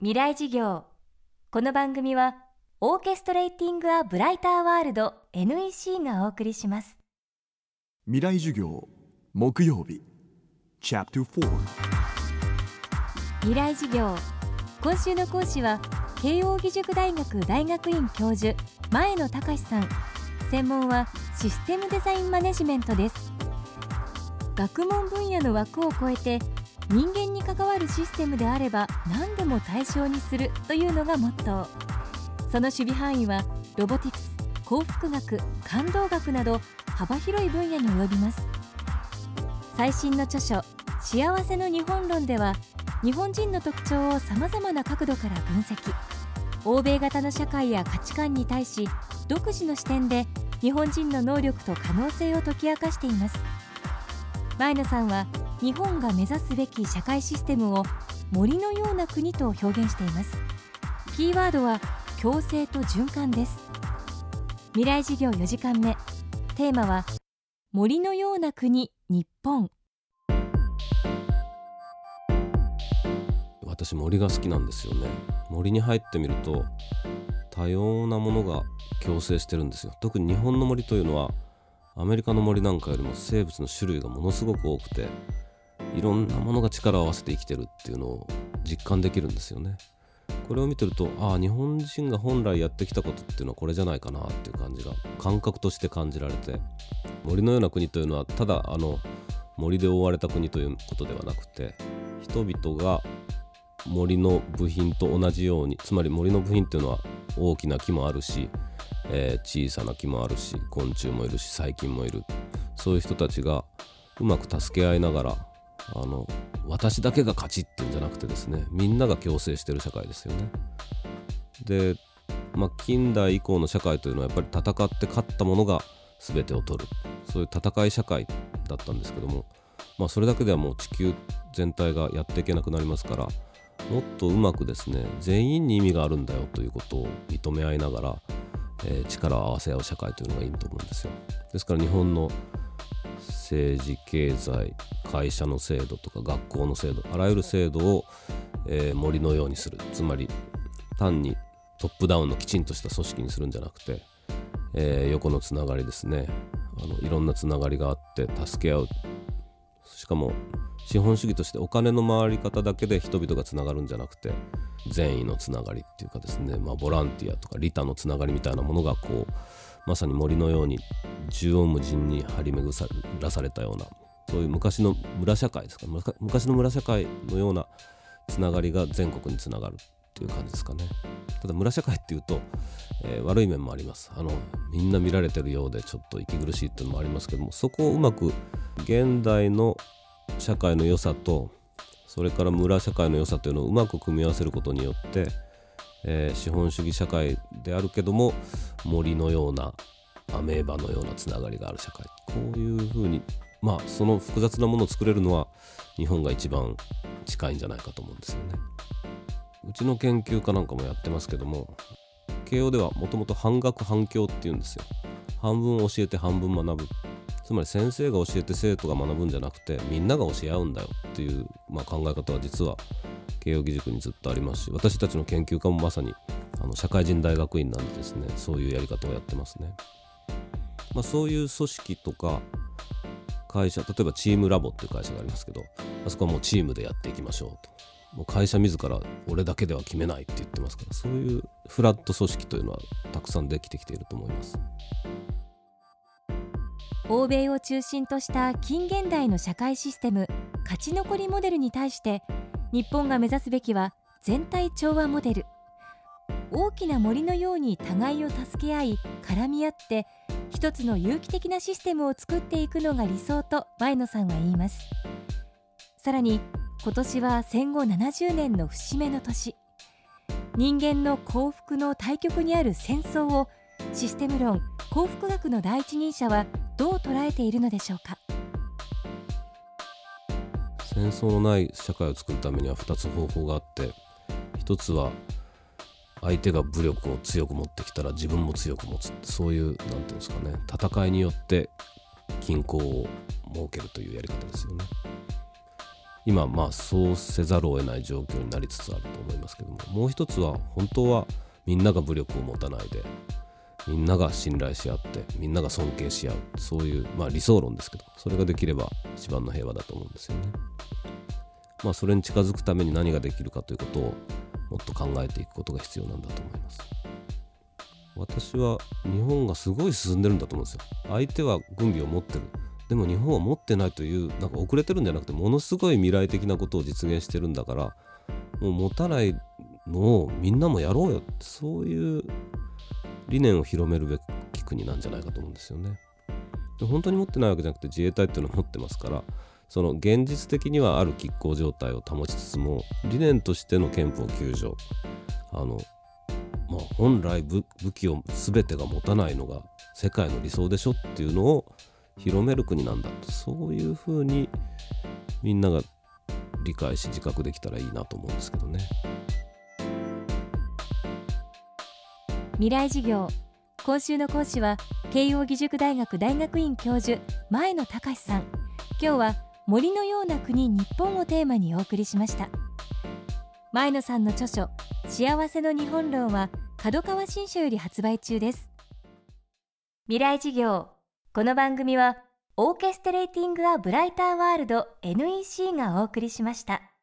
未来事業。この番組はオーケストレーティング・ア・ブライター・ワールド NEC がお送りします。 未来授業木曜日チャプター4。 未来事業。今週の講師は慶應義塾大学大学院教授前野隆さん。専門はシステムデザインマネジメントです。学問分野の枠を超えて人間に関わるシステムであれば何でも対象にするというのがモットー。その守備範囲はロボティクス、幸福学、感動学など幅広い分野に及びます。最新の著書幸せの日本論では日本人の特徴をさまざまな角度から分析。欧米型の社会や価値観に対し独自の視点で日本人の能力と可能性を解き明かしています。前野さんは日本が目指すべき社会システムを森のような国と表現しています。キーワードは共生と循環です。未来事業4時間目。テーマは森のような国日本。 私森が好きなんですよね。森に入ってみると多様なものが共生してるんですよ。特に日本の森というのはアメリカの森なんかよりも生物の種類がものすごく多くて、いろんなものが力を合わせて生きてるっていうのを実感できるんですよね。これを見てると、日本人が本来やってきたことっていうのはこれじゃないかなっていう感じが感覚として感じられて、森のような国というのはただ森で覆われた国ということではなくて、人々が森の部品と同じように、つまり森の部品っていうのは大きな木もあるし、小さな木もあるし、昆虫もいるし、細菌もいる。そういう人たちがうまく助け合いながら、私だけが勝ちっていうんじゃなくてですね、みんなが共生してる社会ですよね。で、近代以降の社会というのはやっぱり戦って勝ったものが全てを取る、そういう戦い社会だったんですけども、それだけではもう地球全体がやっていけなくなりますから、もっとうまくですね、全員に意味があるんだよということを認め合いながら、力を合わせ合う社会というのがいいと思うんですよ。ですから日本の政治、経済、会社の制度とか学校の制度、あらゆる制度を、森のようにする。つまり単にトップダウンのきちんとした組織にするんじゃなくて、横のつながりですね。いろんなつながりがあって助け合う。しかも資本主義としてお金の回り方だけで人々がつながるんじゃなくて、善意のつながりっていうかですね、ボランティアとか利他のつながりみたいなものがまさに森のように縦横無尽に張り巡らされたような、そういう昔の村社会ですか、昔の村社会のようなつながりが全国につながるっていう感じですかね。ただ村社会っていうと、悪い面もあります。みんな見られてるようでちょっと息苦しいっていうのもありますけども、そこをうまく現代の社会の良さと、それから村社会の良さというのをうまく組み合わせることによって、資本主義社会であるけども森のようなアメーバのようなつながりがある社会、こういうふうにその複雑なものを作れるのは日本が一番近いんじゃないかと思うんですよね。うちの研究家なんかもやってますけども、慶応ではもともと半学半教っていうんですよ。半分教えて半分学ぶ。つまり先生が教えて生徒が学ぶんじゃなくて、みんなが教え合うんだよっていう、考え方は実は慶應義塾にずっとありますし、私たちの研究家もまさに社会人大学院なんでですね、そういうやり方をやってますね。そういう組織とか会社、例えばチームラボっていう会社がありますけど、あそこはもうチームでやっていきましょうと、もう会社自ら俺だけでは決めないって言ってますから、そういうフラット組織というのはたくさんできてきていると思います。 欧米を中心とした近現代の社会システム勝ち残りモデルに対して、日本が目指すべきは全体調和モデル。大きな森のように互いを助け合い絡み合って一つの有機的なシステムを作っていくのが理想と前野さんは言います。さらに今年は戦後70年の節目の年。人間の幸福の対極にある戦争をシステム論、幸福学の第一人者はどう捉えているのでしょうか。 戦争のない社会を作るためには2つ方法があって、1つは相手が武力を強く持ってきたら自分も強く持つ、そういうなんていうんですかね、戦いによって均衡を設けるというやり方ですよね。 今そうせざるを得ない状況になりつつあると思いますけども、もう一つは本当はみんなが武力を持たないでみんなが信頼し合ってみんなが尊敬し合う、そういう理想論ですけど、それができれば一番の平和だと思うんですよね。それに近づくために何ができるかということをもっと考えていくことが必要なんだと思います。私は日本がすごい進んでるんだと思うんですよ。相手は軍備を持ってる、でも日本は持ってないという、なんか遅れてるんじゃなくてものすごい未来的なことを実現してるんだから、もう持たないのをみんなもやろうよ、そういう理念を広めるべき国なんじゃないかと思うんですよね。で本当に持ってないわけじゃなくて自衛隊っていうのは持ってますから、その現実的にはある拮抗状態を保ちつつも理念としての憲法9条、本来武器を全てが持たないのが世界の理想でしょっていうのを広める国なんだと、そういうふうにみんなが理解し自覚できたらいいなと思うんですけどね。 未来授業、今週の講師は慶應義塾大学大学院教授前野隆さん。今日は森のような国日本をテーマにお送りしました。前野さんの著書幸せの日本論は角川新書より発売中です。未来授業、この番組はオーケストレーティング・ア・ブライター・ワールド NEC がお送りしました。